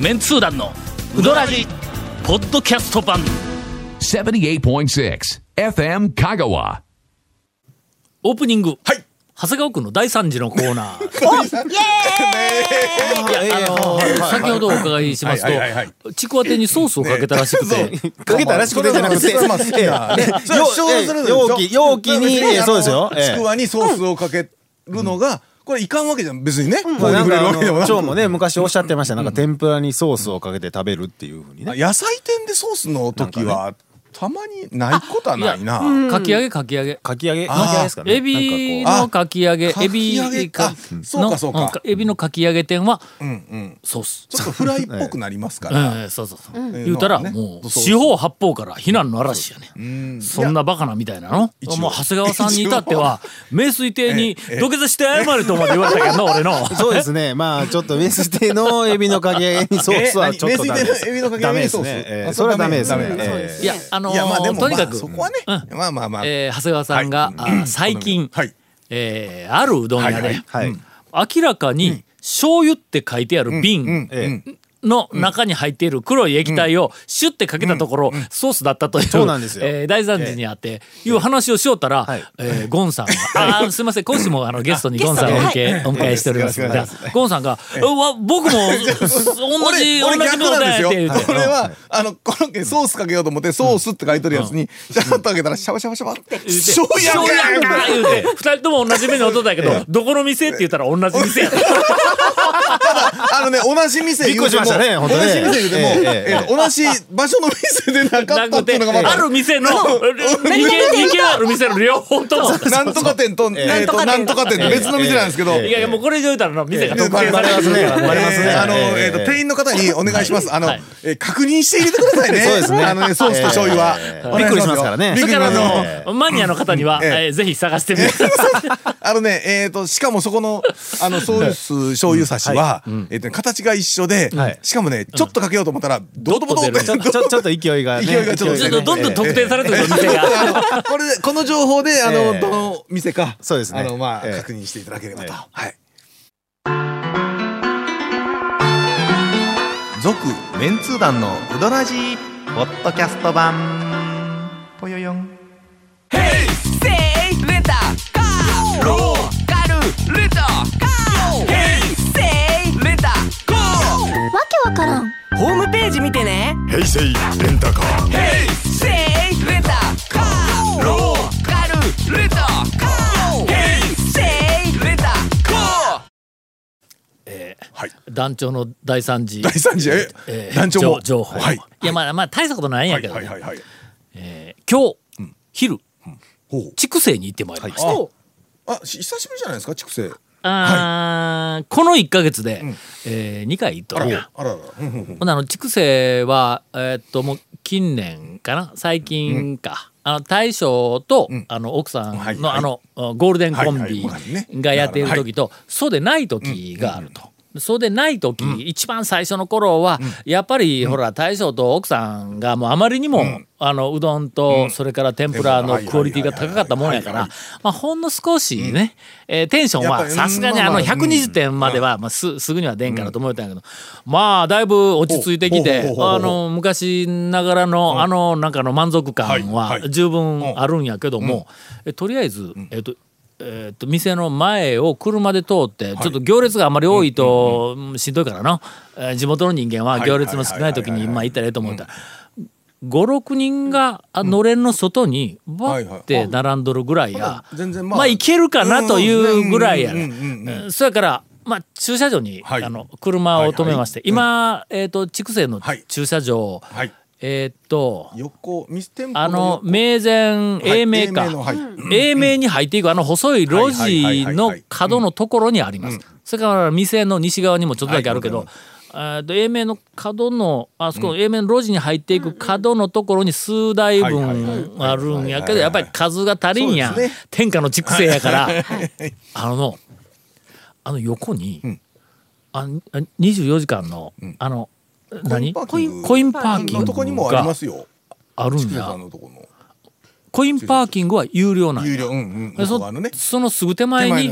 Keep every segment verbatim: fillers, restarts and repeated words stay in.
メンツー団のウドラジポッドキャスト版ななじゅうはちてんろく エフエム 香川。 オープニング、 はい、 長谷川君の第三次のコーナーおイエいや、あのー先ほどお伺いしますはいはいはいはとちくわ亭にソースをかけたらしくて、 かけたらしくてじゃなくて、 まあ好きなね容器容器にえーそうですよ。 ちくわにソースをかけるのがこれいかんわけじゃん別にね。こうまあなん触れるかあのわけでもなく長もね昔おっしゃってました。なんか天ぷらにソースをかけて食べるっていうふうにね。 野菜店でソースの時はたまにないことはないな。 かき揚げかき揚げかき揚げあーかき揚げですかね。 エビなんかのかき揚げあエビかき揚げかそうかそうかのエビのかき揚げ店はうんうん。 ソースちょっとフライっぽくなりますかえら。 えそうそうそう、 ん言うたらねもうそう四方八方から非難の嵐やね、 うんそんなバカなみたいなの一応もう長谷川さんに至っては名水亭にええ土下座して謝れとまで言われたけどな俺のそうですね。まあちょっとメステのエビのかき揚げにソースはちょっとダメです。 え何名水亭のエビのかき揚げにソースダメですね。えーあそれはダメですね。 ダメダメえーいやあのーいやまあでもとにかく、 まあそこはねまあまあまあ。 えー長谷川さんが、 はいあ最近、 はいえーあるうどん屋で、 はいはいはい。 明らかに醤油って書いてある瓶えーの中に入っている黒い液体をシュッてかけたところ、ソースだったという、 そうなんですよえー大惨事にあっていう話をしよったら、 はいえーゴンさんがあーすいません今週もあのゲストにゴンさんをお迎えお迎えしておりますが、ゴンさんが「うわ僕も同じ同じ俺俺逆ことだよ」 なんですよって言って。 これはあのこのソースかけようと思ってソースって書いてるやつにシャバッとかけたらシャバシャバシャバって醤油やん醤油やんかか言うて二人とも同じ目に音だけど、どこの店って言ったら同じ店やった。 あのね同じ店言うてもびっくりしましたね本当ね同じ店言うてもえええええっと同じ場所の店でなかったっていなくてうのがまたある店の二軒二軒ある店の両方とも。 なんとか店とえっとなんとか店別の店なんですけどいやいやもうこれ以上言うたらの店が特定さバれるレますね。バレますね。 えーあのえーえっと店員の方にお願いしますあのはいえー確認して入れてくださいねそうですねあのねソースと醤油はえーお願いびっくりしますからねびっくりしそれからますあのマニアの方には、 えええーぜひ探してみてください。 あのね、えっ、と、しかもそこの、あの、ソース醤油差しは、えっ、とね、形が一緒で、 はいしかもね、ちょっとかけようと思ったら、ドトボトって、 ドッと出るちょちょちょっと勢いがね。 勢いがちょっとちょっとどんどん特定されてるぞ店が。 あのこれで、この情報で、あの、 ええどの店か、 そうですねあの、まあ、 ええ確認していただければと。 えはい。続、メンツー団のうどらじポッドキャスト版、ぽよよん。 わけわからん。 ホームページ見てね。 平成レンタカーヘイセイレンタカーローカルレンタカーヘイセイレンタカー。 はい。 団長の第三次第三次、え、 えー団長も。 情報、 はい。 いやまあまあ大したことないんやはい、 けど、 はい、はい、はい。 えー今日、昼ほう。 筑西に行ってまいりました、 あ、し久しぶりじゃないですか、筑西。 あーこのいっかげつで、えーにかい行っとあら、 るんや。 あらら。うんうんうんほんであの筑西はえーっともう近年かな最近か、あの大将と、あの奥さんの、 はいはいあのゴールデンコンビはいはいねがやっている時と、そうでない時があると。そうでない時、一番最初の頃は、やっぱり、ほら大将と奥さんがもうあまりにも、あのうどんと、それから天ぷらのクオリティが高かったもんやからまあほんの少しね、えーテンションはやっぱりさすがにあのまあまあひゃくにじゅってんまでは、まあ、すすぐには出んからと思ったんやけど、まあだいぶ落ち着いてきてほうほうほうほうほうあの昔ながらの、あのなんかの満足感はいははい十分あるんやけども、えとりあえず、えっとえー、と店の前を車で通ってちょっと行列があまり多いとうんしんどいからな、えー地元の人間は行列の少ない時にまあ行ったらええと思ったらごろくにんがあのれんの外にバッて並んどるぐらいや、 全然まあまあ行けるかなというぐらいやねうんうんうんうんうんうんそやからまあ駐車場にはいあの車を止めましてはいはい今えっと筑西のはい駐車場はい。 えっと横、ミステンポあの横名前はい英名か英名のはい英名に入っていくあの細い路はいはいはい地はいの角のところにあります。それから店の西側にもちょっとだけあるけど、 はいえーと英名の角のあそこの英名の路地に入っていく角のところに数台はいはいはい分あるんやけはいはいはいどやっぱり数が足りんやん、 そうですね天下の畜生やから、あのあの横に、ああにじゅうよじかんの、あの何コインパーキングコインパーキンのとこにもグがありますよ。 あるんや筑西さん。のとこのコインパーキングは有料なんや有料、うんうん。 でそあのね、 そのすぐ手前に手前のはい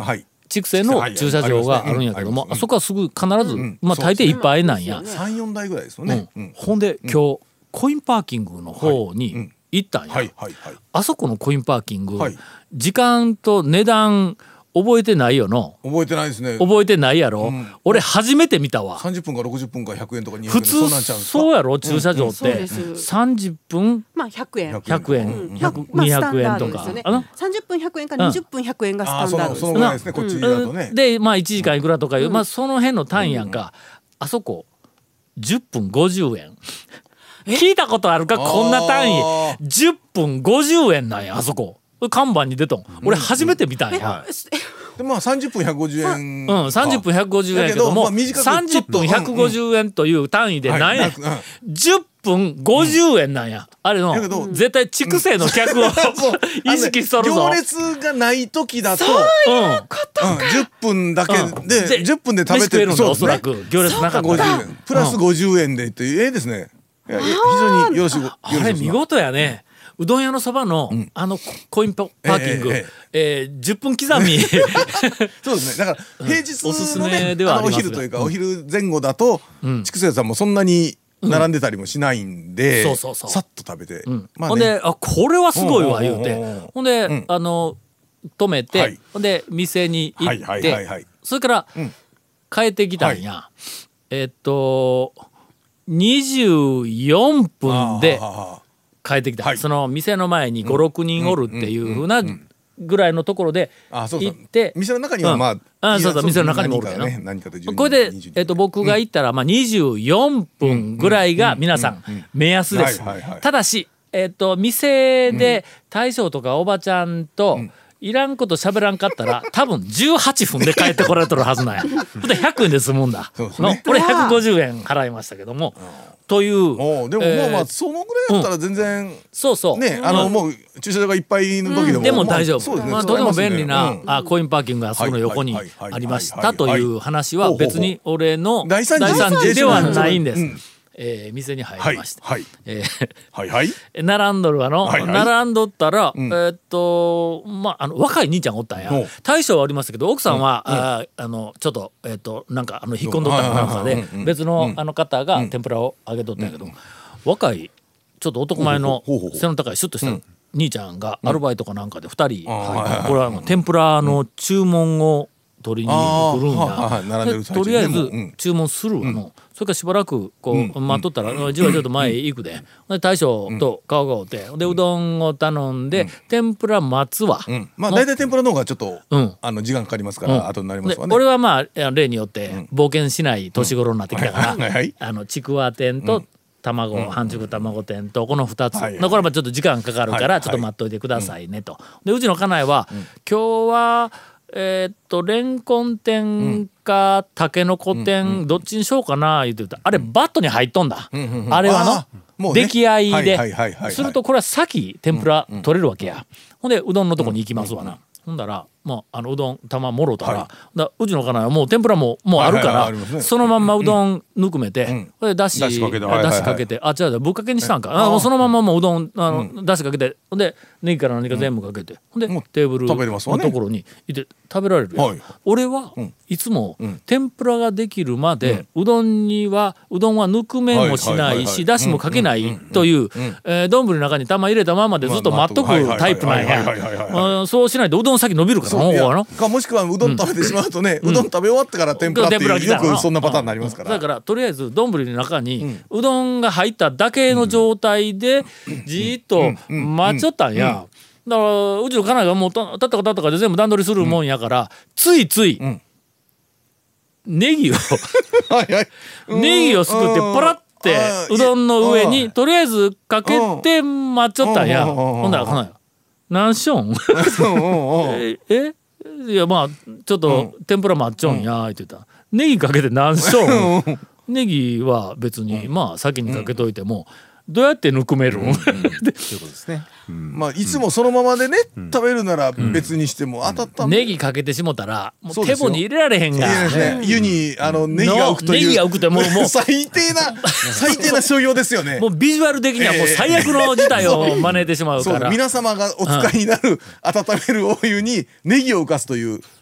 畜生の駐車場があるんやけども、あそこはすぐ必ず、まあ大抵いっぱいなんや。 さん、よんだいぐらいですよね。 うん、ほんで、今日コインパーキングの方に行ったんや。 はいはいはい。 あそこのコインパーキング、 はい時間と値段覚えてないよの。 覚えてないですね。 覚えてないやろ、 うん俺初めて見たわ。 さんじゅっぷんかろくじゅっぷんかひゃくえんとかにひゃくえん普とかそん通なんちゃうんですか。 そうやろ駐車場っそうてですさんじゅっぷんまあひゃくえん。 ひゃくえん、ひゃくにひゃくえんとか、あのさんじゅっぷんひゃくえんかにじゅっぷんひゃくえんがスタンダードですそのぐらいですね。こっちだとね。 でまあいちじかんいくらとかいう、まあその辺の単位やんか、あそこじゅっぷんごじゅうえん聞いたことあるかこんな単位じゅっぷんごじゅうえんなんやあそこ看板に出とん俺初めて見たんや、 でまあさんじゅっぷんひゃくごじゅうえん。 うん、さんじゅっぷんひゃくごじゅうえんやけども、さんじゅっぷんひゃくごじゅうえんという単位で何円、じゅっぷんごじゅうえんなんや、あれの絶対畜生の客を意識しとるぞ。 行列がない時だとうんじゅっぷんだけでじゅっぷんで食べてるんだおそらく行列なかったごじゅうえんプラスごじゅうえんでってええですね。非常によろしく。 あれ見事やね。うどん屋のそばの、うん、あのコインパーキング、えええー、じゅっぷん刻みそうですね。だから平日の、ね、 おすすめではありますが、 お昼というか、うん、お昼前後だと、うん、畜生さんもそんなに並んでたりもしないんで、うん、そうそうそうさっと食べて、うんまあね、 ほんであこれはすごいわ言うて、ほんで、うん、あの止めて、はい、ほんで店に行って、はいはいはいはい、それから、うん、帰ってきたんや、はい、えー、っとにじゅうよんぷんで帰ってきた、はい、その店の前にご、ろくにんおるっていうふうなぐらいのところで行って、 店の中にはまあ、 うん、そうそう店の中にもおるけど、ね、これで、えっと、僕が行ったら、まあ、にじゅうよんぷんぐらいが皆さん目安です。ただし、えっと、店で大将とかおばちゃんといらんこと喋らんかったら多分じゅうはっぷんで帰ってこられとるはずなんや。でひゃくえんで済むんだ。のこれひゃくごじゅうえん払いましたけども。というおでもまあまあそのぐらいやったら全然、うん、 そうそうねあの、うん、もう駐車場がいっぱいの時でも、 うん、でも大丈夫、 まあね、 まあ、とても便利な、うん、あコインパーキングがその横にありましたという話は別に俺の大惨事ではないんです。えー、店に入りまして、はいはいえーはいはい、並んどるあの、はいはい、並んどったら、うん、えー、っとまああの若い兄ちゃんおったんや。大将はありましたけど奥さんは、うん、ああのちょっとえー、っとなんかあの引っ込んどったかなんかで別のあの方が天ぷらを揚げとったんやけど、うん、若いちょっと男前の背の高いシュッとした兄ちゃんがアルバイトかなんかでふたり、うん、これはあの天ぷらの注文を取りに来るんや。とりあえず注文するわの、うん、それからしばらくこう、うん、待っとったら、うん、じわじわと前へ行くで、うん、大将と顔がおってでうどんを頼んで、うん、天ぷら待つわ、うん、 まあ大体天ぷらの方がちょっと、うん、あの時間かかりますから、うん、後になりますわね。 俺はまあ例によって冒険しない年頃になってきたから、うんはい、あのちくわ天と、うん卵、うん、半熟卵天とこのふたつ、はいはい、これはちょっと時間かかるから、はい、ちょっと待っといてくださいねと。でうちの家内は、うん、今日はえー、っとレンコン天かたけのこ天どっちにしようかな言ってた。あれバットに入っとんだ、うんうんうん、あれはの出来合いでするとこれは先天ぷら取れるわけや、うんうん、ほんでうどんのとこに行きますわな、うんうん、ほんだらまあ、あのうどん玉もろたら、はい、だうちの家内はもう天ぷらももうあるから、はいはいはいね、そのまんまうどんぬくめて、うん、でだしだしかけて、はいはいはい、かけてあ違うぶっかけにしたんか、ああもうそのまんまもううどんあの、うん、だしかけてほんでネギから何か全部かけて、ほんでテーブルのところにいて食べられるやん、はい、俺はいつも、うん、天ぷらができるまで、うん、うどんにはうどんはぬくめもしないしだしもかけないという丼の中に玉入れたままでずっと待っとくタイプなんや。そうしないとうどん先伸びるからのかもしくはうどん食べてしまうとね、うん、うどん食べ終わってから天ぷらっていう、よくそんなパターンになりますから、 だからとりあえず丼の中にうどんが入っただけの状態でじーっと待っちゃったんや。だからうちの家内がもうたったかたったかで全部段取りするもんやから、ついついネギをネギをすくってポラッてうどんの上にとりあえずかけて待っちゃったんや。ほんだら家内が何しょんええいやまあちょっと天ぷら待っちょんやって言ったら、ネギかけて何しょんネギは別にまあ先にかけといてもどうやってぬくめるん、うんうん、そういうことですね、うん、まあいつもそのままでね、うん、食べるなら別にしても当たった、 うん、ネギかけてしもたらもう手棒に入れられへんが、 ね、湯にあのネギが浮くというネギが浮くってもうもう最低な最低な商用ですよね。 もうビジュアル的にはもう最悪の事態を招いてしまうから、 そう皆様がお使いになる、うん、温めるお湯にネギを浮かすという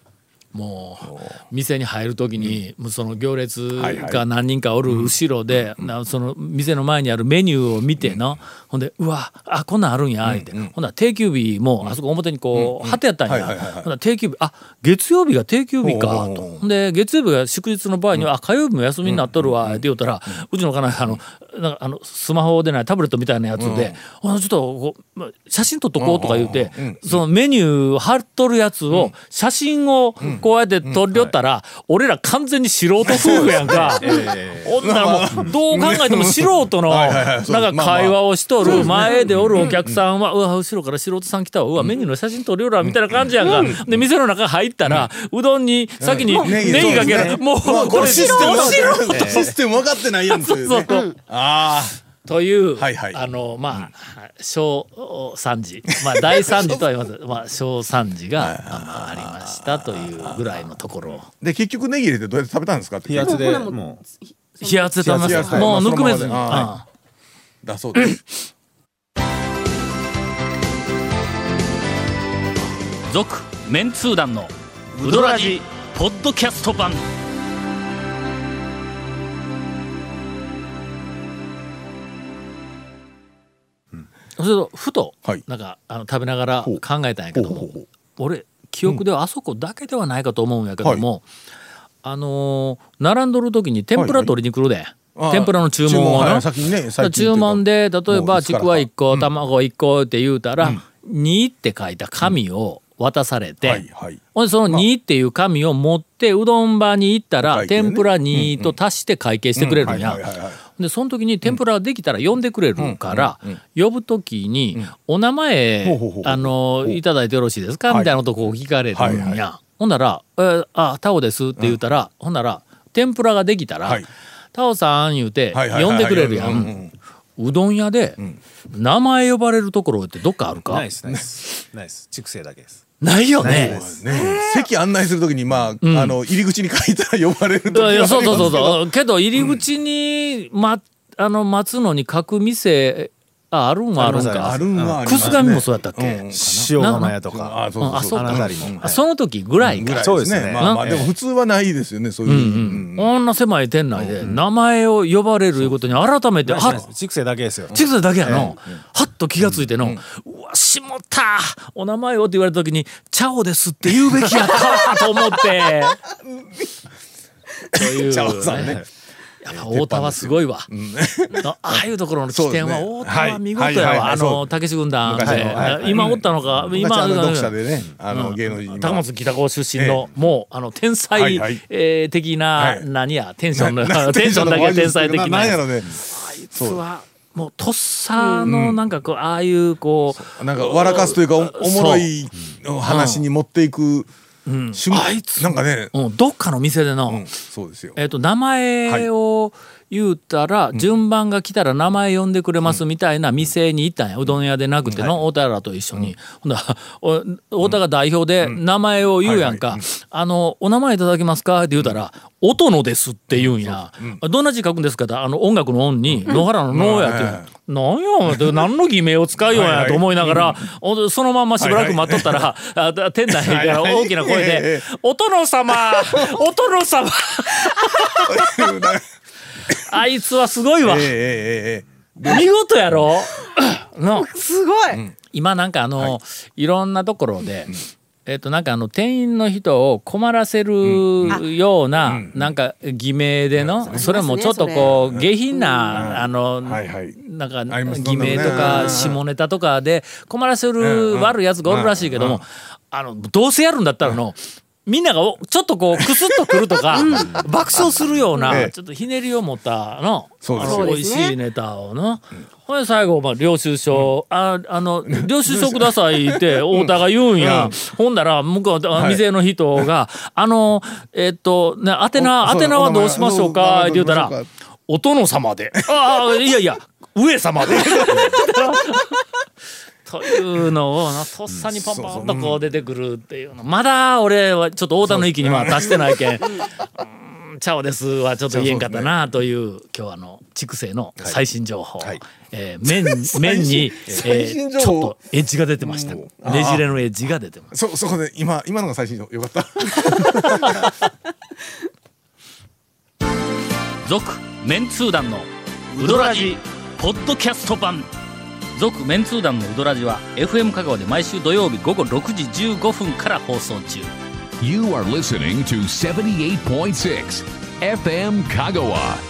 もう店に入る時に、もうその行列が何人かおる後ろで、なその店の前にあるメニューを見てな、ほんでうわあこんなんあるんやって、ほんなら定休日もあそこ表にこう貼ってやったんや。ほんなら定休日、あ月曜日が定休日かと。ほんで月曜日が祝日の場合には、あ火曜日も休みになっとるわって言うたら、うちのかなあのなんかあのスマホでないタブレットみたいなやつで、ほんでちょっとこう写真撮っとこうとか言うて、そのメニュー貼っとるやつを写真をこうやって撮りよったら、俺ら完全に素人夫婦やんか。ほんならもうどう考えても素人のなんか会話をしとる前でおるお客さんは、うわ後ろから素人さん来たわ、うわメニューの写真撮るよらみたいな感じやんか。で店の中入ったらうどんに先にネギかける、もうこれシステムシステム分かってないやんというね。ああという、 はいはい、 あのまあ、うん、小三時、まあ大三時とは言いますまあ小三時がありましたというぐらいのところで、結局ネギ入れてどうやって食べたんですかって。 冷圧でもう冷圧で食べます。もうぬくめずにだそうです。 続メンツー団のウドラジポッドキャスト版。それとふと、はい、なんかあの食べながら考えたんやけども、俺記憶ではあそこだけではないかと思うんやけども、うん、あのー、並んどる時に天ぷら取りに来るで、はいはい、天ぷらの注文をな、注文、ね、注文で例えばちくわいっこ、うん、卵いっこって言うたら、うん、にって書いた紙を渡されて、うん、はいはい、ほんでそのにっていう紙を持ってうどん場に行ったら、天ぷらにと足して会計してくれるんや。でその時に天ぷらできたら呼んでくれるから、呼ぶ時にお名前あのいただいてよろしいですかみたいなことを聞かれるんや。ほんなら「えあタオです」って言ったら、ほんなら天ぷらができたら「タオさん」言うて呼んでくれるやん。うどん屋で名前呼ばれるところってどっかあるか？ ないですないですないです。畜生だけです。 ないよね。 席案内するときにまあ、うん、あの入り口に書いたら呼ばれるときはありますけど、 そうそうそうけど入り口に、ま、あの待つのに書く店ああるんはあるんか。 あるんはありますね。 くす紙もそうやったっけ？ うん、塩釜屋とか。 あ、そうそうそう。あ、 あのも。その時ぐらいか。 そうですね。 まあまあでも普通はないですよね、そういう。うんうん。こんな狭い店内で名前を呼ばれるいうことに改めて、 はっ、畜生だけですよ。 畜生だけやの。はっと気がついての、うわしもったお名前をって言われた時にチャオですって言うべきやったと思って。という。チャオさんね。やっぱ太田はすごいわ、うん、ああいうところの起点は太田は見事やわ。あのたけし軍団で今おったのか、今読者でね、あの芸能人高松北高出身のもうあの天才的な何やテンションのテンションだけ天才的なあいつはもうとっさのなんかこうああいうこうなんか笑かすというかおもろい話に持っていく。 うん、あいつなんかね、 うん、どっかの店での、うん、そうですよ、えーと、名前を言うたら、はい、順番が来たら名前呼んでくれますみたいな店に行ったんや、うどん屋でなくての、うん、太田らと一緒に、うん、ほんだ太田が代表で名前を言うやんか、あのお名前いただけますかって言うたら、うん、音野ですって言うんや、うん、どんな字書くんですかって、あの音楽の音に野原の野やって言う、うん、なんや何の偽名を使うようやと思いながら、はいはい、そのまんましばらく待っとったら、はいはい、店内から大きな声で「音野様音野様」あいつはすごいわ、えーえーえー、見事やろのすごい、うん、 今なんかあの、はい、いろんなところで、うん、えー、となんかあの店員の人を困らせるような、うん、なんか偽名での、うん、それもちょっとこう下品な、うん、あの、うん、なんか偽名とか下ネタとかで困らせる悪いやつがおるらしいけども、あのどうせやるんだったらのみんながちょっとこうクスッとくるとか、うん、爆笑するようなちょっとひねりを持ったの、あの美味しいネタをの、ほんで最後まあ領収書、うん、ああの領収書くださいって太田が言うんや、うん、ほんだら向こう店の人が、はい、あのえっとね宛名宛名はどうしましょうかって言うたらお殿様で、ああいやいや上様でというのをとっさにポンポンとこう出てくるっていうの、まだ俺はちょっと太田の域には達してないけん、うんチャオですはちょっと言えんかったなという今日はあの筑西の最新情報、 はいえー、麺麺に、えー、ちょっとエッジが出てました。ねじれのエッジが出てます。 そそこで今今のが最新情報よかった。 続メンツー団のウドラジポッドキャスト版。続メンツー団のウドラジは エフエム 香川で毎週土曜日午後ろくじじゅうごふんから放送中。 You are listening to seventy-eight point six エフエム 香川。